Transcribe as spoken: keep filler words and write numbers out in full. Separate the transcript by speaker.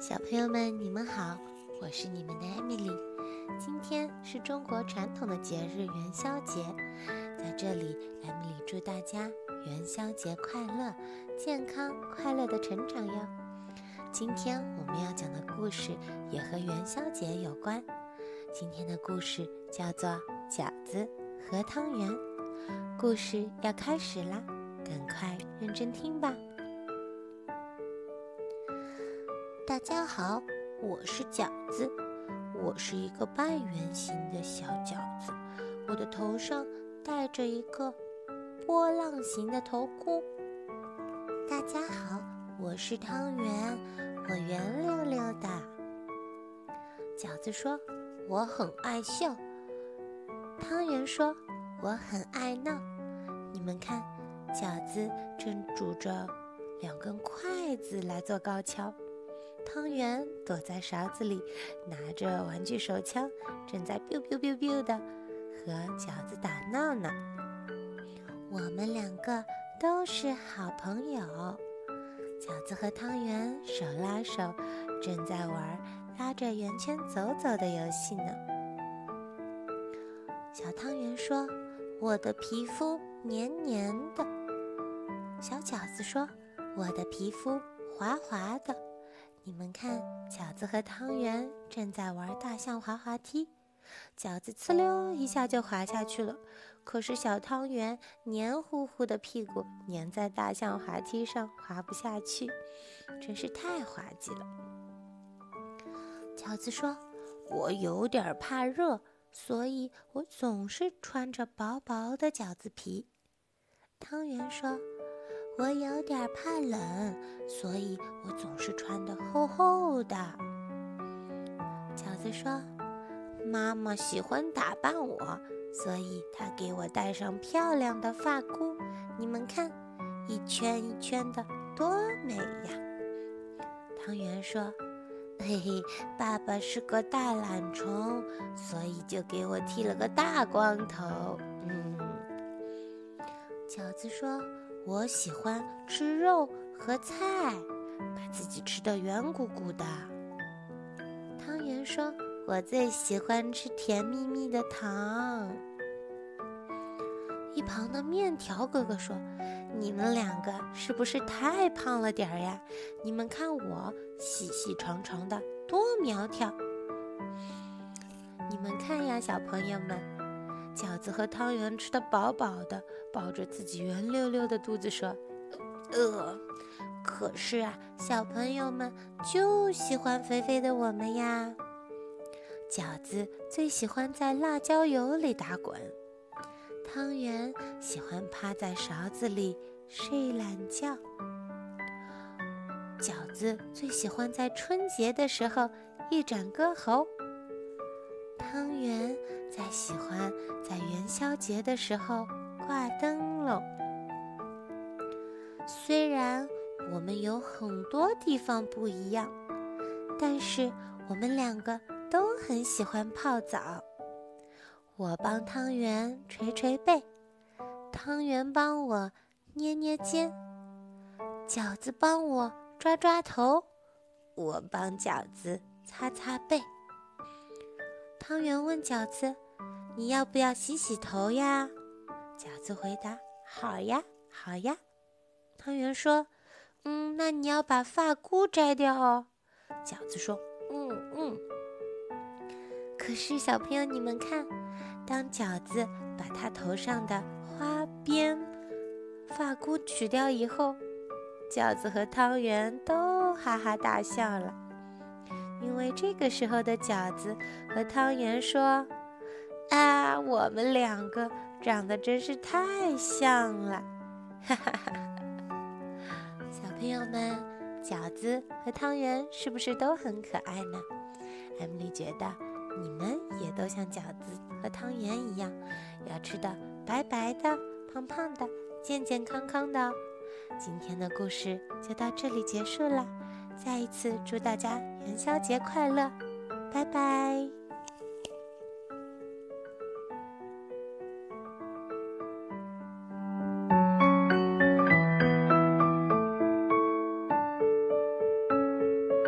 Speaker 1: 小朋友们，你们好，我是你们的 Emily。今天是中国传统的节日元宵节，在这里 Emily 祝大家元宵节快乐，健康快乐的成长哟。今天我们要讲的故事也和元宵节有关。今天的故事叫做饺子和汤圆。故事要开始啦，赶快认真听吧。大家好，我是饺子，我是一个半圆形的小饺子，我的头上戴着一个波浪形的头箍。大家好，我是汤圆，我圆溜溜的。饺子说我很爱笑，汤圆说我很爱闹。你们看，饺子正拄着两根筷子来做高跷，汤圆躲在勺子里，拿着玩具手枪，正在 biu biu biu biu 的和饺子打闹呢。我们两个都是好朋友。饺子和汤圆手拉手，正在玩拉着圆圈走走的游戏呢。小汤圆说：“我的皮肤黏黏的。”小饺子说：“我的皮肤滑滑的。”你们看，饺子和汤圆正在玩大象滑滑梯，饺子呲溜一下就滑下去了，可是小汤圆黏糊糊的屁股粘在大象滑梯上，滑不下去，真是太滑稽了。饺子说：“我有点怕热，所以我总是穿着薄薄的饺子皮。”汤圆说：“我有点怕冷，所以我总是穿得厚厚的。”饺子说：“妈妈喜欢打扮我，所以她给我戴上漂亮的发箍，你们看，一圈一圈的，多美呀！”汤圆说：“嘿嘿，爸爸是个大懒虫，所以就给我剃了个大光头。”嗯，饺子说：“我喜欢吃肉和菜，把自己吃得圆鼓鼓的。”汤圆说：“我最喜欢吃甜蜜蜜的糖。”一旁的面条哥哥说：“你们两个是不是太胖了点儿呀？你们看我细细长长的，多苗条！”你们看呀，小朋友们，饺子和汤圆吃得饱饱的，抱着自己圆溜溜的肚子说：“呃，可是啊，小朋友们就喜欢肥肥的我们呀。”饺子最喜欢在辣椒油里打滚，汤圆喜欢趴在勺子里睡懒觉。饺子最喜欢在春节的时候一展歌喉，汤圆在喜欢在元宵节的时候挂灯笼。虽然我们有很多地方不一样，但是我们两个都很喜欢泡澡。我帮汤圆捶捶背，汤圆帮我捏捏肩，饺子帮我抓抓头，我帮饺子擦擦背。汤圆问饺子：“你要不要洗洗头呀？”饺子回答：“好呀，好呀。”汤圆说：“嗯，那你要把发箍摘掉哦。”饺子说：“嗯嗯。”可是小朋友，你们看，当饺子把他头上的花边发箍取掉以后，饺子和汤圆都哈哈大笑了，因为这个时候的饺子和汤圆说：“啊，我们两个长得真是太像了！”哈哈哈哈。小朋友们，饺子和汤圆是不是都很可爱呢？Emily 觉得你们也都像饺子和汤圆一样，要吃的白白的、胖胖的、健健康康的哦。今天的故事就到这里结束了，再一次祝大家元宵节快乐，拜拜。